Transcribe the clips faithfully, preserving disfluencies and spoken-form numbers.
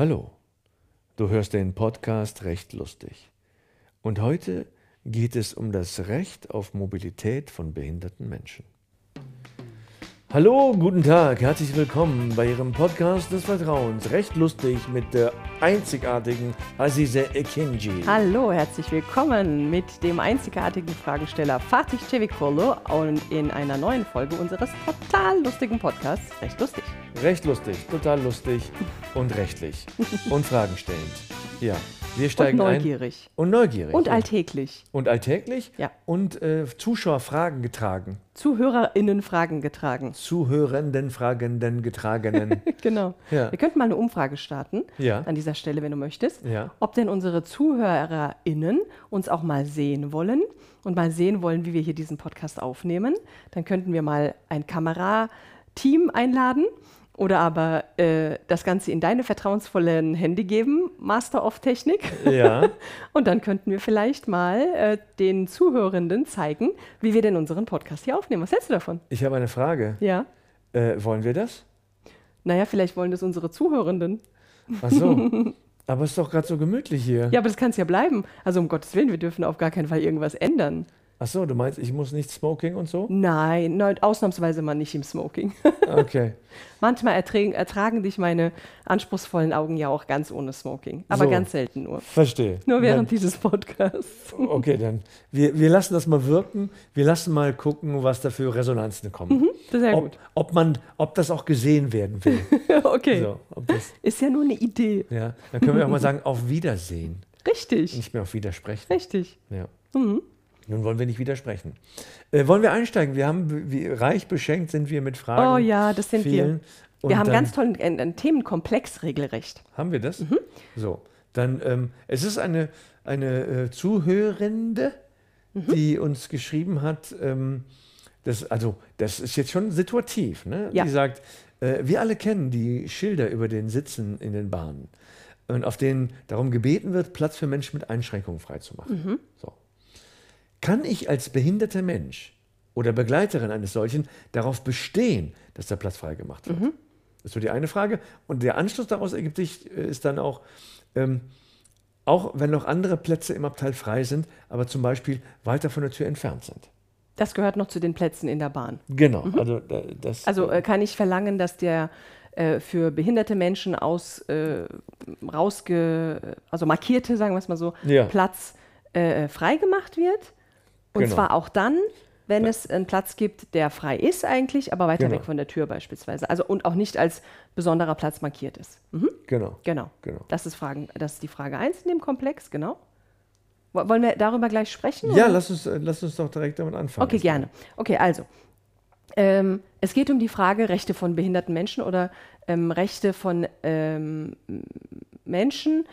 Hallo, du hörst den Podcast Recht lustig. Und heute geht es um das Recht auf Mobilität von behinderten Menschen. Hallo, guten Tag, herzlich willkommen bei Ihrem Podcast des Vertrauens. Recht lustig mit der einzigartigen Azize Ekinci. Hallo, herzlich willkommen mit dem einzigartigen Fragesteller Fatih Çevikolu und in einer neuen Folge unseres total lustigen Podcasts Recht lustig. Recht lustig, total lustig und rechtlich und fragenstellend. Ja, wir steigen und neugierig. ein. Und neugierig. Und ja. alltäglich. Und alltäglich. Ja. Und äh, Zuschauerfragen getragen. ZuhörerInnen Fragen getragen. Zuhörenden, Fragenden, Getragenen. Genau. Ja. Wir könnten mal eine Umfrage starten, Ja. an dieser Stelle, wenn du möchtest, Ja. ob denn unsere ZuhörerInnen uns auch mal sehen wollen und mal sehen wollen, wie wir hier diesen Podcast aufnehmen. Dann könnten wir mal ein Kamerateam einladen oder aber äh, das Ganze in deine vertrauensvollen Hände geben, Master of Technik. Ja. Und dann könnten wir vielleicht mal äh, den Zuhörenden zeigen, wie wir denn unseren Podcast hier aufnehmen. Was hältst du davon? Ich habe eine Frage. Ja. Äh, wollen wir das? Naja, vielleicht wollen das unsere Zuhörenden. Ach so. Aber es ist doch gerade so gemütlich hier. Ja, aber das kann es ja bleiben. Also um Gottes Willen, wir dürfen auf gar keinen Fall irgendwas ändern. Ach so, du meinst, ich muss nicht Smoking und so? Nein, nein, ausnahmsweise mal nicht im Smoking. Okay. Manchmal ertragen, ertragen dich meine anspruchsvollen Augen ja auch ganz ohne Smoking. Aber So. ganz selten nur. Verstehe. Nur während Dann, dieses Podcasts. okay, dann. Wir, wir lassen das mal wirken. Wir lassen mal gucken, was da für Resonanzen kommen. Sehr ob, gut. ob, man, ob das auch gesehen werden will. Okay. So, ob das, Ist ja nur eine Idee. ja. Dann können wir auch mal sagen, auf Wiedersehen. Richtig. Nicht mehr auf Widersprechen. Richtig. Ja. Mhm. Nun wollen wir nicht widersprechen. Äh, wollen wir einsteigen? Wir haben, wie reich beschenkt sind wir mit Fragen. Oh ja, das sind vielen. wir. Und Wir haben dann, ganz tollen einen, einen Themenkomplex regelrecht. Haben wir das? Mhm. So, dann, ähm, es ist eine, eine äh, Zuhörende, Mhm. die uns geschrieben hat, ähm, das, also das ist jetzt schon situativ, ne? Ja. Die sagt, äh, wir alle kennen die Schilder über den Sitzen in den Bahnen, und auf denen darum gebeten wird, Platz für Menschen mit Einschränkungen freizumachen. Mhm. So. Kann ich als behinderter Mensch oder Begleiterin eines solchen darauf bestehen, dass der Platz freigemacht wird? Mhm. Das ist so die eine Frage. Und der Anschluss daraus ergibt sich, äh, ist dann auch, ähm, auch wenn noch andere Plätze im Abteil frei sind, aber zum Beispiel weiter von der Tür entfernt sind. Das gehört noch zu den Plätzen in der Bahn. Genau. Also, da- das, Also äh, kann ich verlangen, dass der äh, für behinderte Menschen aus äh, rausge, also markierte, sagen wir es mal so, Ja. Platz äh, freigemacht wird. Und Genau. zwar auch dann, wenn es einen Platz gibt, der frei ist eigentlich, aber weiter Genau. weg von der Tür beispielsweise. Also und auch nicht als besonderer Platz markiert ist. Mhm. Genau. Genau. Genau. Das ist, Fragen, das ist die Frage eins in dem Komplex, genau. Wo- Wollen wir darüber gleich sprechen? Ja, oder? lass uns, äh, lass uns doch direkt damit anfangen. Okay, gerne. Okay, also. Ähm, es geht um die Frage Rechte von behinderten Menschen oder ähm, Rechte von ähm, Menschen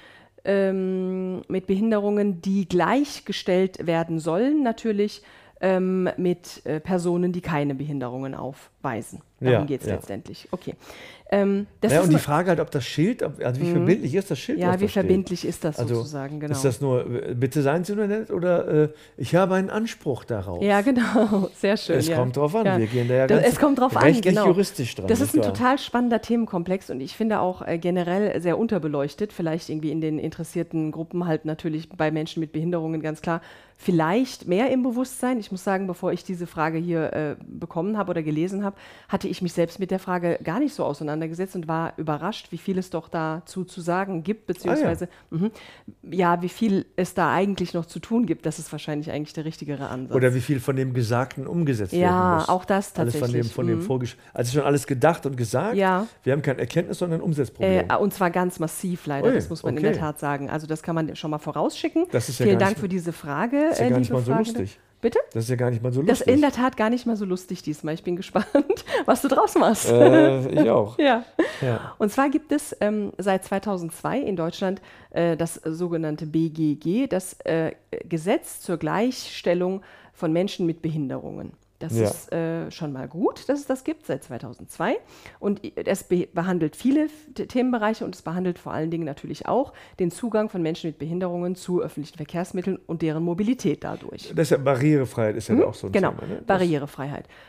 ähm, mit Behinderungen, die gleichgestellt werden sollen, natürlich ähm, mit äh, Personen, die keine Behinderungen aufweisen. Darum Ja, geht es ja. letztendlich. Okay. Ähm, das Ja, ist und die eine- Frage halt, ob das Schild, ob, also wie verbindlich ist das Schild, ja, was wie da steht? verbindlich ist das Also, sozusagen, genau. Ist das nur, äh, bitte seien Sie nur nett, oder äh, ich habe einen Anspruch darauf? Ja, genau, sehr schön. Es ja. kommt drauf an, Ja. wir gehen da ja Das- ganz es kommt drauf an, rechtlich genau. juristisch dran. Das ist nicht ein wahr? total spannender Themenkomplex und ich finde auch äh, generell sehr unterbeleuchtet, vielleicht irgendwie in den interessierten Gruppen halt natürlich bei Menschen mit Behinderungen ganz klar, vielleicht mehr im Bewusstsein. Ich muss sagen, bevor ich diese Frage hier äh, bekommen habe oder gelesen habe, hatte ich mich selbst mit der Frage gar nicht so auseinandergesetzt und war überrascht, wie viel es doch dazu zu sagen gibt, beziehungsweise mhm, ja, wie viel es da eigentlich noch zu tun gibt. Das ist wahrscheinlich eigentlich der richtigere Ansatz. Oder wie viel von dem Gesagten umgesetzt werden Ja, muss. auch das Alles von dem, tatsächlich. von dem Mhm. Vorgesch Also schon alles gedacht und gesagt. Ja. Wir haben kein Erkenntnis, sondern ein Umsetzproblem. Äh, und zwar ganz massiv leider, Ui, das muss man in okay. der Tat sagen. Also das kann man schon mal vorausschicken. Das ist ja Vielen gar Dank nicht- für diese Frage, ist ja äh, gar liebe nicht mal so Fragende. lustig. Bitte? Das ist ja gar nicht mal so Das lustig. ist in der Tat gar nicht mal so lustig diesmal. Ich bin gespannt, was du draus machst. äh, ich auch. Ja. Ja. Und zwar gibt es ähm, seit zweitausendzwei in Deutschland äh, das sogenannte B G G, das äh, Gesetz zur Gleichstellung von Menschen mit Behinderungen. Das Ja. ist äh, schon mal gut, dass es das gibt, seit zweitausendzwei. Und es be behandelt viele F- Themenbereiche und es behandelt vor allen Dingen natürlich auch den Zugang von Menschen mit Behinderungen zu öffentlichen Verkehrsmitteln und deren Mobilität dadurch. Das ist ja Barrierefreiheit ist ja Mhm, auch so ein genau, Thema. Ne? Das- Barrierefreiheit.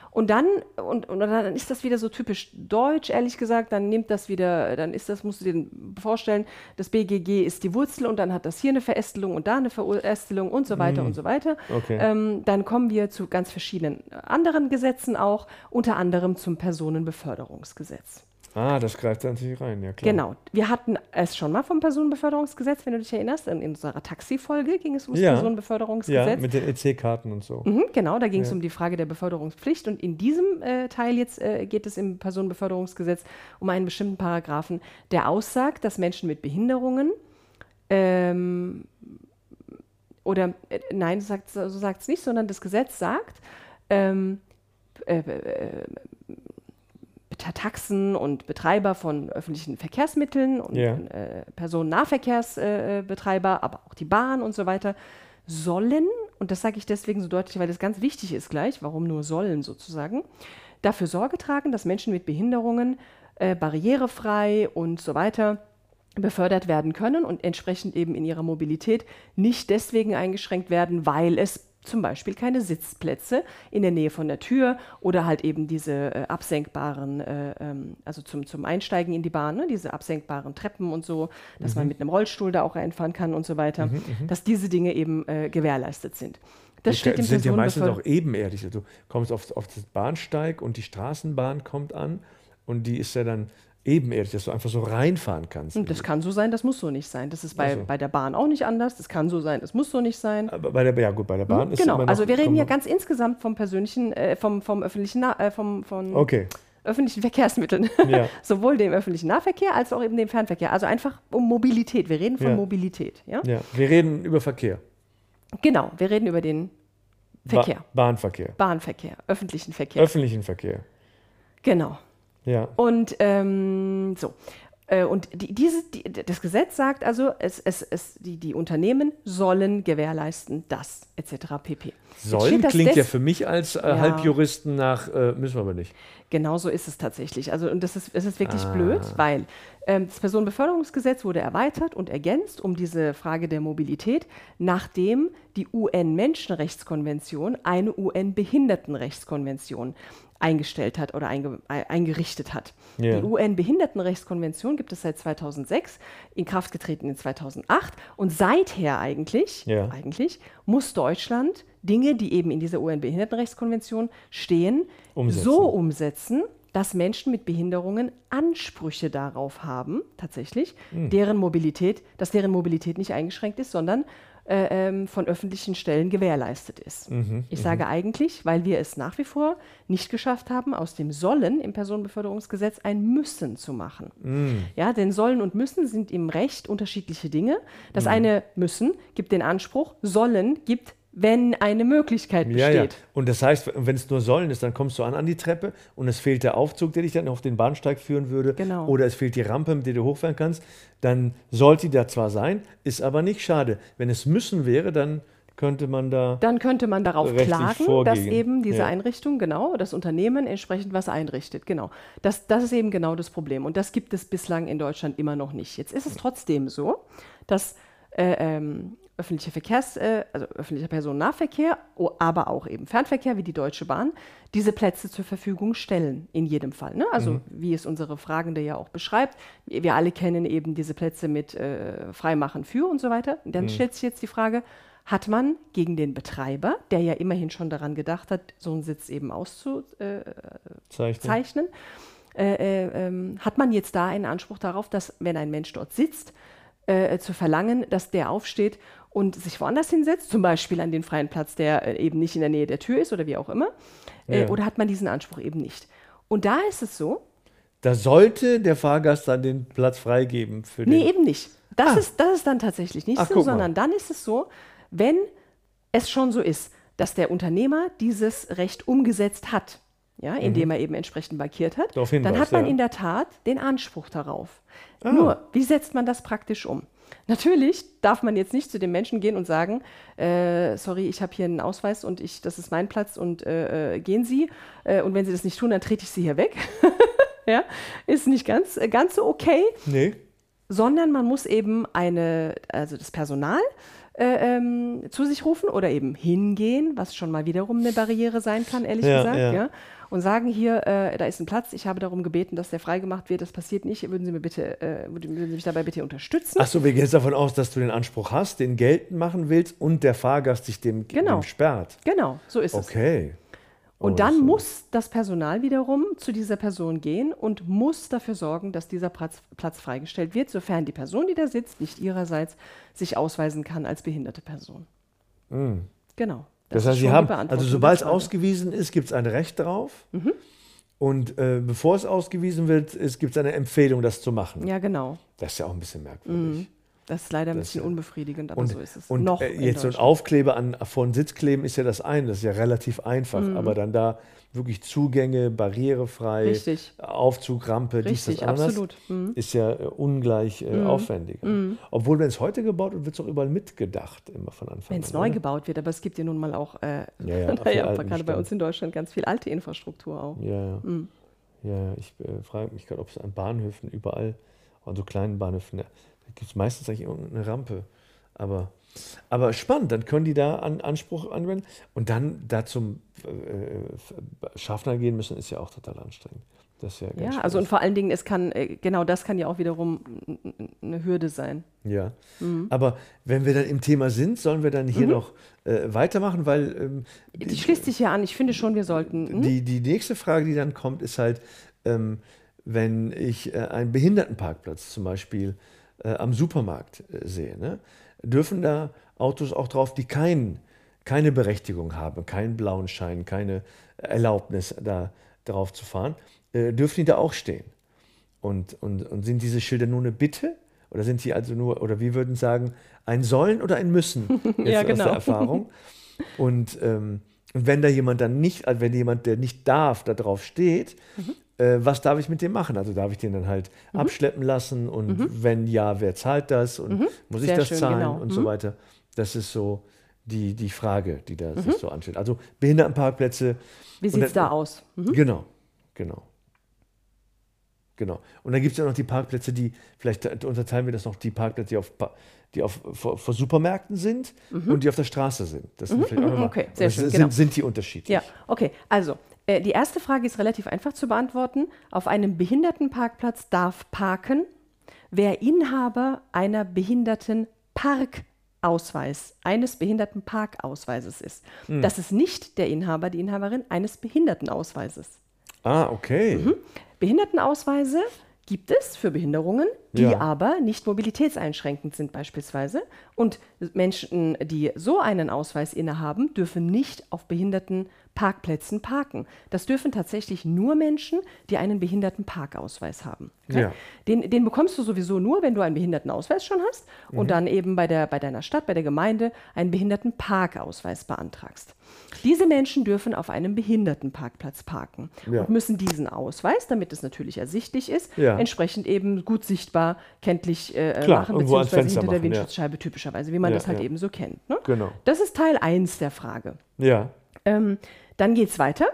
Und dann, und, und dann ist das wieder so typisch deutsch, ehrlich gesagt, dann nimmt das wieder, dann ist das, musst du dir vorstellen, das B G G ist die Wurzel und dann hat das hier eine Verästelung und da eine Verästelung und so weiter mm. und so weiter. Okay. Ähm, dann kommen wir zu ganz verschiedenen anderen Gesetzen auch, unter anderem zum Personenbeförderungsgesetz. Ah, das greift da natürlich rein, ja klar. Genau. Wir hatten es schon mal vom Personenbeförderungsgesetz, wenn du dich erinnerst. In, in unserer Taxi-Folge ging es um das ja. Personenbeförderungsgesetz. Ja, mit den E C-Karten und so. Mhm, genau, da ging es ja. um die Frage der Beförderungspflicht. Und in diesem äh, Teil jetzt äh, geht es im Personenbeförderungsgesetz um einen bestimmten Paragraphen, der aussagt, dass Menschen mit Behinderungen ähm, oder, äh, nein, sagt, so sagt es nicht, sondern das Gesetz sagt, ähm, äh, äh, Taxen und Betreiber von öffentlichen Verkehrsmitteln und ja. äh, Personennahverkehrsbetreiber, äh, aber auch die Bahn und so weiter, sollen, und das sage ich deswegen so deutlich, weil das ganz wichtig ist gleich, warum nur sollen sozusagen, dafür Sorge tragen, dass Menschen mit Behinderungen äh, barrierefrei und so weiter befördert werden können und entsprechend eben in ihrer Mobilität nicht deswegen eingeschränkt werden, weil es zum Beispiel keine Sitzplätze in der Nähe von der Tür oder halt eben diese äh, absenkbaren, äh, ähm, also zum, zum Einsteigen in die Bahn, ne, diese absenkbaren Treppen und so, dass mhm. man mit einem Rollstuhl da auch reinfahren kann und so weiter, mhm, dass diese Dinge eben äh, gewährleistet sind. Das die steht im sind ja meistens auch ebenerdig. Du kommst auf, auf den Bahnsteig und die Straßenbahn kommt an und die ist ja dann ebenerdig, dass du einfach so reinfahren kannst. Das kann so sein, das muss so nicht sein. Das ist bei, so. bei der Bahn auch nicht anders. Das kann so sein, das muss so nicht sein. Aber bei der, ja gut, bei der Bahn hm, ist genau. immer noch, Also wir reden ja ganz insgesamt vom persönlichen, äh, vom, vom öffentlichen, äh, vom, von okay. öffentlichen Verkehrsmitteln. Ja. Sowohl dem öffentlichen Nahverkehr als auch eben dem Fernverkehr. Also einfach um Mobilität. Wir reden von ja. Mobilität. Ja? Ja. Wir reden über Verkehr. Genau, wir reden über den Verkehr. Ba- Bahnverkehr. Bahnverkehr, öffentlichen Verkehr. Öffentlichen Verkehr. Genau. Ja. Und ähm, so. Äh, und die, dieses, die, das Gesetz sagt also, es, es, es, die, die Unternehmen sollen gewährleisten, das et cetera pp. Sollen klingt ja für mich als äh, ja. Halbjuristen nach, äh, müssen wir aber nicht. Genau so ist es tatsächlich. Also, und das ist, das ist wirklich ah. blöd, weil ähm, das Personenbeförderungsgesetz wurde erweitert und ergänzt um diese Frage der Mobilität, nachdem die U N-Menschenrechtskonvention eine U N-Behindertenrechtskonvention eingestellt hat oder einge, eingerichtet hat. Yeah. Die U N-Behindertenrechtskonvention gibt es seit zweitausendsechs, in Kraft getreten in zweitausendacht und seither eigentlich, yeah. eigentlich muss Deutschland Dinge, die eben in dieser U N-Behindertenrechtskonvention stehen, umsetzen. so umsetzen, dass Menschen mit Behinderungen Ansprüche darauf haben, tatsächlich, mhm. deren Mobilität, dass deren Mobilität nicht eingeschränkt ist, sondern äh, ähm, von öffentlichen Stellen gewährleistet ist. Mhm, ich mhm. sage eigentlich, weil wir es nach wie vor nicht geschafft haben, aus dem Sollen im Personenbeförderungsgesetz ein Müssen zu machen. Mhm. Ja, denn Sollen und Müssen sind im Recht unterschiedliche Dinge. Das mhm. eine Müssen gibt den Anspruch, Sollen gibt wenn eine Möglichkeit besteht. Ja, ja. Und das heißt, wenn es nur sollen ist, dann kommst du an an die Treppe und es fehlt der Aufzug, der dich dann auf den Bahnsteig führen würde. Genau. Oder es fehlt die Rampe, mit der du hochfahren kannst. Dann sollte die da zwar sein, ist aber nicht schade. Wenn es müssen wäre, dann könnte man da Dann könnte man darauf klagen, vorgehen. dass eben diese ja. Einrichtung, genau, das Unternehmen entsprechend was einrichtet. Genau. Das, das ist eben genau das Problem. Und das gibt es bislang in Deutschland immer noch nicht. Jetzt ist es trotzdem so, dass äh, ähm, öffentliche Verkehrs, äh, also öffentlicher Personennahverkehr, aber auch eben Fernverkehr wie die Deutsche Bahn, diese Plätze zur Verfügung stellen, in jedem Fall. Ne? Also mhm. wie es unsere Fragende ja auch beschreibt, wir alle kennen eben diese Plätze mit äh, Freimachen für und so weiter. Dann mhm. stellt sich jetzt die Frage, hat man gegen den Betreiber, der ja immerhin schon daran gedacht hat, so einen Sitz eben auszuzeichnen, äh, äh, äh, hat man jetzt da einen Anspruch darauf, dass, wenn ein Mensch dort sitzt, äh, zu verlangen, dass der aufsteht und sich woanders hinsetzt, zum Beispiel an den freien Platz, der äh, eben nicht in der Nähe der Tür ist oder wie auch immer, äh, ja. oder hat man diesen Anspruch eben nicht? Und da ist es so, da sollte der Fahrgast dann den Platz freigeben für den... Nee, eben nicht. Das, ah. ist, das ist dann tatsächlich nicht Ach, so, sondern dann ist es so, wenn es schon so ist, dass der Unternehmer dieses Recht umgesetzt hat, ja, indem mhm. er eben entsprechend markiert hat, Hinweis, dann hat man ja. in der Tat den Anspruch darauf. Ah. Nur, wie setzt man das praktisch um? Natürlich darf man jetzt nicht zu dem Menschen gehen und sagen, äh, sorry, ich habe hier einen Ausweis und ich, das ist mein Platz und äh, äh, gehen Sie. Äh, und wenn Sie das nicht tun, dann trete ich Sie hier weg. ja, ist nicht ganz, äh, ganz so okay. Nee. Sondern man muss eben eine, also das Personal äh, ähm, zu sich rufen oder eben hingehen, was schon mal wiederum eine Barriere sein kann, ehrlich ja, gesagt. Ja. Ja. und sagen hier, äh, da ist ein Platz, ich habe darum gebeten, dass der freigemacht wird, das passiert nicht, würden Sie mir bitte, äh, würden Sie mich dabei bitte unterstützen? Achso, wir gehen jetzt davon aus, dass du den Anspruch hast, den geltend machen willst und der Fahrgast sich dem, Genau. dem sperrt. Genau, so ist es. Okay. Und Oh, dann das- muss das Personal wiederum zu dieser Person gehen und muss dafür sorgen, dass dieser Platz, Platz freigestellt wird, sofern die Person, die da sitzt, nicht ihrerseits sich ausweisen kann als behinderte Person. Genau. Das, ist heißt, Sie schon die haben, Beantwortung also der sobald es Frage. ausgewiesen ist, gibt es ein Recht drauf. Und äh, bevor es ausgewiesen wird, gibt es eine Empfehlung, das zu machen. Ja, genau. Das ist ja auch ein bisschen merkwürdig. Das ist leider ein Das, bisschen ja. unbefriedigend, aber Und, so ist es. und Noch äh, in jetzt so ein Deutschland. Aufkleber an, vor den Sitz kleben ist ja das eine, das ist ja relativ einfach. Aber dann da wirklich Zugänge, barrierefrei, Richtig. Aufzug, Rampe, dies, Richtig, das, anderes, absolut. Mhm. ist ja äh, ungleich äh, aufwendiger. Obwohl, wenn es heute gebaut wird, wird es auch überall mitgedacht, immer von Anfang Wenn es an. neu oder? gebaut wird, aber es gibt ja nun mal auch, äh, Ja, ja, auf naja, den alten gerade bei Bestand. uns in Deutschland ganz viel alte Infrastruktur auch. Ja, ja. Ja, ich äh, frage mich gerade, ob es an Bahnhöfen überall, an so kleinen Bahnhöfen, da, da gibt es meistens eigentlich irgendeine Rampe. Aber, aber spannend, dann können die da an, Anspruch anwenden. Und dann da zum äh, Schaffner gehen müssen, ist ja auch total anstrengend. Das ist ja ganz Ja, also und schwierig. vor allen Dingen, es kann, äh, genau das kann ja auch wiederum n- n- eine Hürde sein. Ja, aber wenn wir dann im Thema sind, sollen wir dann hier noch äh, weitermachen, weil ähm, Die schließt sich ja an. Ich finde schon, wir sollten. Hm? Die, die nächste Frage, die dann kommt, ist halt, ähm, wenn ich äh, einen Behindertenparkplatz zum Beispiel äh, am Supermarkt äh, sehe, ne? Dürfen da Autos auch drauf, die kein, keine Berechtigung haben, keinen blauen Schein, keine Erlaubnis, da drauf zu fahren, äh, dürfen die da auch stehen? Und, und, und sind diese Schilder nur eine Bitte? Oder sind die also nur, oder wir würden sagen, ein Sollen oder ein Müssen? Jetzt Ja, aus genau. der Erfahrung. Und, ähm, und wenn da jemand dann nicht, also wenn jemand, der nicht darf, da drauf steht, Mhm. äh, was darf ich mit dem machen? Also darf ich den dann halt abschleppen lassen? Und wenn ja, wer zahlt das? Und muss ich Mhm. Sehr das schön, zahlen? genau. Und Mhm. so weiter. Das ist so die, die Frage, die da sich so anstellt. Also Behindertenparkplätze. Wie und sieht es dann- da aus? Mhm. Genau, genau. Genau. Und dann gibt es ja noch die Parkplätze, die, vielleicht unterteilen wir das noch, die Parkplätze, die auf, Pa- die auf vor, vor Supermärkten sind und die auf der Straße sind. Das sind vielleicht auch nochmal, okay, sehr das schön, sind, genau. sind die unterschiedlich? Ja, okay. Also, äh, die erste Frage ist relativ einfach zu beantworten. Auf einem Behindertenparkplatz darf parken, wer Inhaber einer Behindertenparkausweis, eines Behindertenparkausweises ist. Hm. Das ist nicht der Inhaber, die Inhaberin eines Behindertenausweises. Ah, okay. Mhm. Behindertenausweise gibt es für Behinderungen, die Ja. aber nicht mobilitätseinschränkend sind beispielsweise. Und Menschen, die so einen Ausweis innehaben, dürfen nicht auf Behindertenparkplätzen parken. Das dürfen tatsächlich nur Menschen, die einen Behindertenparkausweis haben. Okay? Ja. Den, den bekommst du sowieso nur, wenn du einen Behindertenausweis schon hast Mhm. und dann eben bei, der, bei deiner Stadt, bei der Gemeinde einen Behindertenparkausweis beantragst. Diese Menschen dürfen auf einem Behindertenparkplatz parken Ja. und müssen diesen Ausweis, damit es natürlich ersichtlich ist, Ja. entsprechend eben gut sichtbar, kenntlich äh, Klar, machen, irgendwo ans beziehungsweise Fenster hinter der machen, ja. Windschutzscheibe typischerweise, wie man Ja, das halt ja. eben so kennt. Ne? Genau. Das ist Teil eins der Frage. Ja. Ähm, dann geht es weiter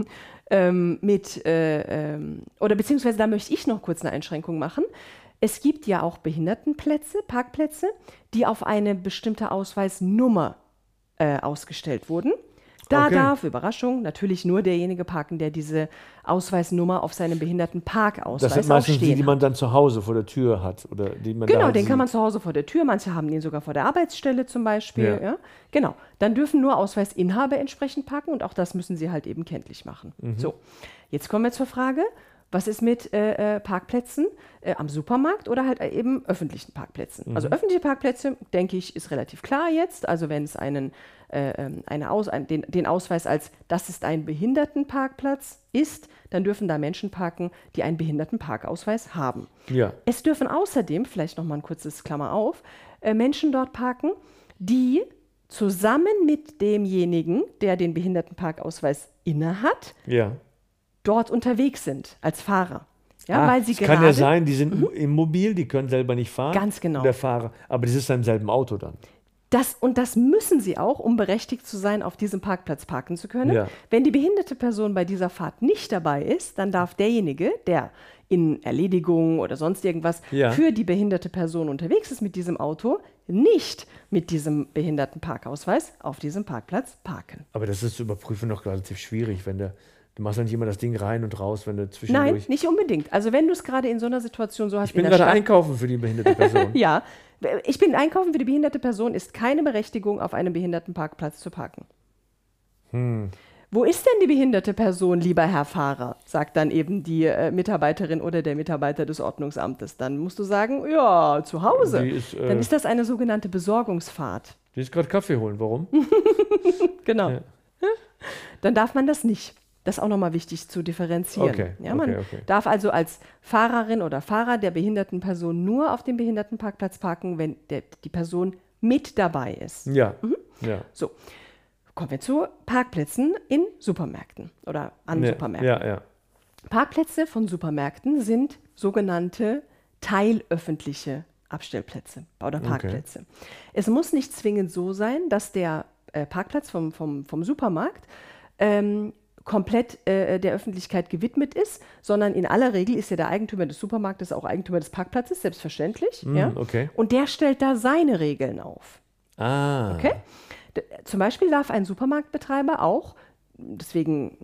ähm, mit, äh, ähm, oder beziehungsweise da möchte ich noch kurz eine Einschränkung machen. Es gibt ja auch Behindertenplätze, Parkplätze, die auf eine bestimmte Ausweisnummer äh, ausgestellt wurden. Da Okay. darf, Überraschung, natürlich nur derjenige parken, der diese Ausweisnummer auf seinem Behindertenparkausweis Das sind auch meistens stehen die, die hat. man dann zu Hause vor der Tür hat. Oder die man da Genau, halt den kann sieht. man zu Hause vor der Tür, manche haben den sogar vor der Arbeitsstelle zum Beispiel. Ja. Ja. Genau, dann dürfen nur Ausweisinhaber entsprechend parken und auch das müssen sie halt eben kenntlich machen. Mhm. So, jetzt kommen wir zur Frage, was ist mit äh, äh, Parkplätzen äh, am Supermarkt oder halt eben öffentlichen Parkplätzen? Mhm. Also öffentliche Parkplätze, denke ich, ist relativ klar jetzt. Also wenn es einen, äh, ähm, eine Aus, ein, den, den Ausweis als das ist ein Behindertenparkplatz ist, dann dürfen da Menschen parken, die einen Behindertenparkausweis haben. Ja. Es dürfen außerdem, vielleicht noch mal ein kurzes Klammer auf, äh, Menschen dort parken, die zusammen mit demjenigen, der den Behindertenparkausweis innehat, Ja. dort unterwegs sind als Fahrer. Ja, Ah, weil sie es gerade kann ja sein, die sind immobil, die können selber nicht fahren. Ganz genau. Der Fahrer, aber die ist im selben Auto dann. das und das müssen sie auch, um berechtigt zu sein, auf diesem Parkplatz parken zu können. Ja. Wenn die behinderte Person bei dieser Fahrt nicht dabei ist, dann darf derjenige, der in Erledigung oder sonst irgendwas Ja. für die behinderte Person unterwegs ist mit diesem Auto, nicht mit diesem Behindertenparkausweis auf diesem Parkplatz parken. Aber das ist zu überprüfen noch relativ schwierig, wenn der Du machst ja nicht immer das Ding rein und raus, wenn du Nein, zwischendurch... nicht unbedingt. Also wenn du es gerade in so einer Situation so hast Ich bin in der gerade Stadt. einkaufen für die behinderte Person. Ja, ich bin einkaufen für die behinderte Person, ist keine Berechtigung, auf einem Behindertenparkplatz zu parken. Hm. Wo ist denn die behinderte Person, lieber Herr Fahrer? Sagt dann eben die äh, Mitarbeiterin oder der Mitarbeiter des Ordnungsamtes. Dann musst du sagen, ja, zu Hause. Die ist, äh, Dann ist das eine sogenannte Besorgungsfahrt. Die ist gerade Kaffee holen. Warum? Genau. Ja. Dann darf man das nicht. Das ist auch nochmal wichtig zu differenzieren. Okay, Ja, man okay, okay. darf also als Fahrerin oder Fahrer der behinderten Person nur auf dem Behindertenparkplatz parken, wenn der, die Person mit dabei ist. Ja, ja. So, kommen wir zu Parkplätzen in Supermärkten oder an Ja, Supermärkten. ja, ja. Parkplätze von Supermärkten sind sogenannte teilöffentliche Abstellplätze oder Parkplätze. Okay. Es muss nicht zwingend so sein, dass der äh, Parkplatz vom, vom, vom Supermarkt ähm, komplett äh, der Öffentlichkeit gewidmet ist, sondern in aller Regel ist ja der Eigentümer des Supermarktes auch Eigentümer des Parkplatzes, selbstverständlich. Mm, ja? Okay. Und der stellt da seine Regeln auf. Ah. Okay? D- Zum Beispiel darf ein Supermarktbetreiber auch, deswegen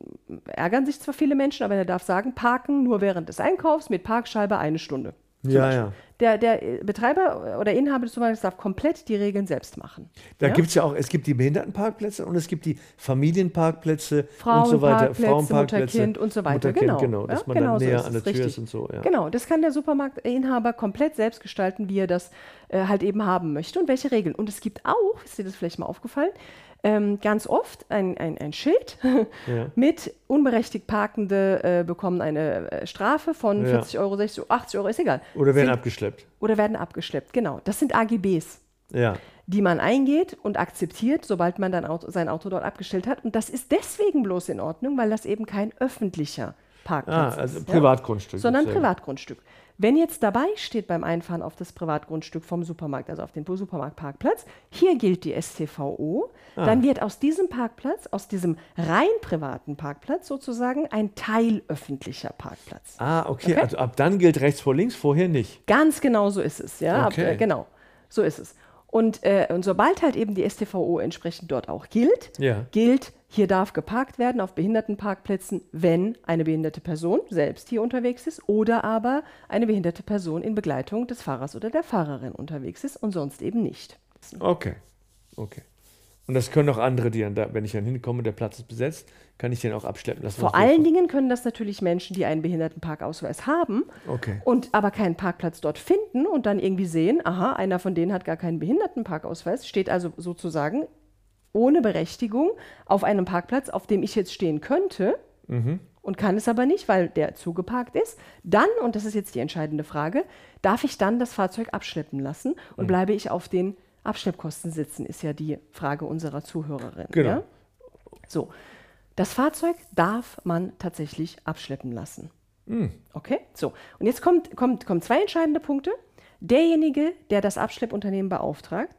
ärgern sich zwar viele Menschen, aber er darf sagen, parken nur während des Einkaufs mit Parkscheibe eine Stunde. Ja, ja. Der, der Betreiber oder Inhaber des Supermarktes darf komplett die Regeln selbst machen. Da ja? gibt es ja auch, es gibt die Behindertenparkplätze und es gibt die Familienparkplätze und so weiter. Frauenparkplätze, Mutter-Kind und so weiter. Mutter-Kind, Genau, genau, dass ja, man genau dann so näher ist an der es, Tür richtig. ist und so. Ja. Genau, das kann der Supermarktinhaber komplett selbst gestalten, wie er das äh, halt eben haben möchte und welche Regeln. Und es gibt auch, ist dir das vielleicht mal aufgefallen, ähm, ganz oft ein, ein, ein Schild Ja. mit unberechtigt Parkende äh, bekommen eine äh, Strafe von Ja. vierzig Euro, sechzig Euro, achtzig Euro, ist egal. Oder werden Sind- abgeschleppt. Oder werden abgeschleppt, genau. Das sind A G Bs, Ja. die man eingeht und akzeptiert, sobald man dann Auto, sein Auto dort abgestellt hat. Und das ist deswegen bloß in Ordnung, weil das eben kein öffentlicher Ah, Parkplatz also ist. Privatgrundstück. Ja? Sondern sozusagen. Privatgrundstück. Wenn jetzt dabei steht beim Einfahren auf das Privatgrundstück vom Supermarkt, also auf den Supermarktparkplatz, hier gilt die S T V O, Ah. dann wird aus diesem Parkplatz, aus diesem rein privaten Parkplatz sozusagen ein teilöffentlicher Parkplatz. Ah, okay. Okay. Also ab dann gilt rechts vor links, vorher nicht. Ganz genau so ist es, ja. Ab, Okay. äh, genau, so ist es. Und, äh, und sobald halt eben die S T V O entsprechend dort auch gilt, Ja. gilt, hier darf geparkt werden auf Behindertenparkplätzen, wenn eine behinderte Person selbst hier unterwegs ist oder aber eine behinderte Person in Begleitung des Fahrers oder der Fahrerin unterwegs ist und sonst eben nicht. Okay. Okay. Und das können auch andere, die dann da, wenn ich dann hinkomme, der Platz ist besetzt, kann ich den auch abschleppen lassen. Vor was wir- allen Dingen können das natürlich Menschen, die einen Behindertenparkausweis haben Okay. und aber keinen Parkplatz dort finden und dann irgendwie sehen, aha, einer von denen hat gar keinen Behindertenparkausweis, steht also sozusagen ohne Berechtigung auf einem Parkplatz, auf dem ich jetzt stehen könnte und kann es aber nicht, weil der zugeparkt ist. Dann, und das ist jetzt die entscheidende Frage, darf ich dann das Fahrzeug abschleppen lassen und bleibe ich auf den Abschleppkosten sitzen, ist ja die Frage unserer Zuhörerin. Genau. Ja? So, das Fahrzeug darf man tatsächlich abschleppen lassen. Okay, so. Und jetzt kommt, kommt, kommen zwei entscheidende Punkte. Derjenige, der das Abschleppunternehmen beauftragt,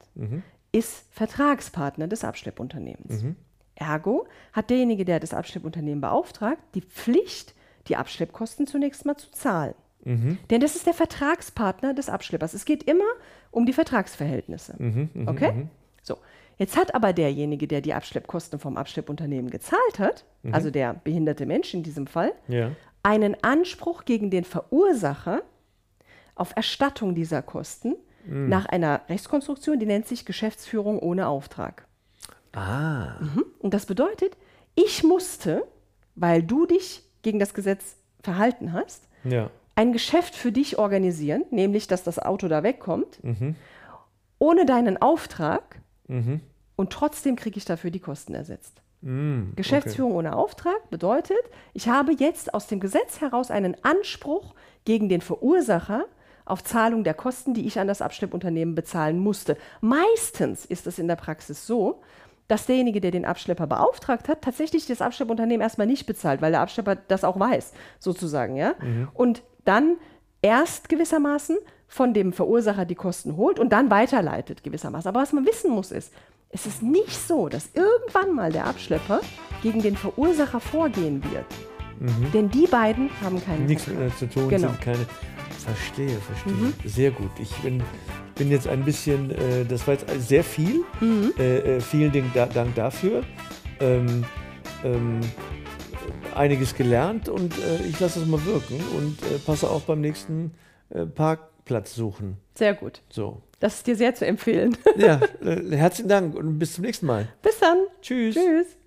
ist Vertragspartner des Abschleppunternehmens. Ergo hat derjenige, der das Abschleppunternehmen beauftragt, die Pflicht, die Abschleppkosten zunächst mal zu zahlen. Denn das ist der Vertragspartner des Abschleppers. Es geht immer um die Vertragsverhältnisse. Okay? So. Jetzt hat aber derjenige, der die Abschleppkosten vom Abschleppunternehmen gezahlt hat, also der behinderte Mensch in diesem Fall, Ja. einen Anspruch gegen den Verursacher auf Erstattung dieser Kosten nach einer Rechtskonstruktion, die nennt sich Geschäftsführung ohne Auftrag. Ah. Und das bedeutet, ich musste, weil du dich gegen das Gesetz verhalten hast, Ja. ein Geschäft für dich organisieren, nämlich dass das Auto da wegkommt, ohne deinen Auftrag und trotzdem kriege ich dafür die Kosten ersetzt. Mm, Geschäftsführung ohne Auftrag bedeutet, ich habe jetzt aus dem Gesetz heraus einen Anspruch gegen den Verursacher auf Zahlung der Kosten, die ich an das Abschleppunternehmen bezahlen musste. Meistens ist es in der Praxis so, dass derjenige, der den Abschlepper beauftragt hat, tatsächlich das Abschleppunternehmen erstmal nicht bezahlt, weil der Abschlepper das auch weiß, sozusagen. Ja? Und dann erst gewissermaßen von dem Verursacher die Kosten holt und dann weiterleitet gewissermaßen. Aber was man wissen muss ist, es ist nicht so, dass irgendwann mal der Abschlepper gegen den Verursacher vorgehen wird. Denn die beiden haben keinen Nichts Vertrag. miteinander zu tun, Genau. sind keine. Verstehe, verstehe. Sehr gut. Ich bin, bin jetzt ein bisschen, äh, das war jetzt sehr viel. Äh, äh, vielen Dank, da, Dank dafür. Ähm, ähm, einiges gelernt und äh, ich lasse es mal wirken und äh, passe auch beim nächsten äh, Parkplatz suchen. Sehr gut. So. Das ist dir sehr zu empfehlen. Ja, äh, herzlichen Dank und bis zum nächsten Mal. Bis dann. Tschüss. Tschüss.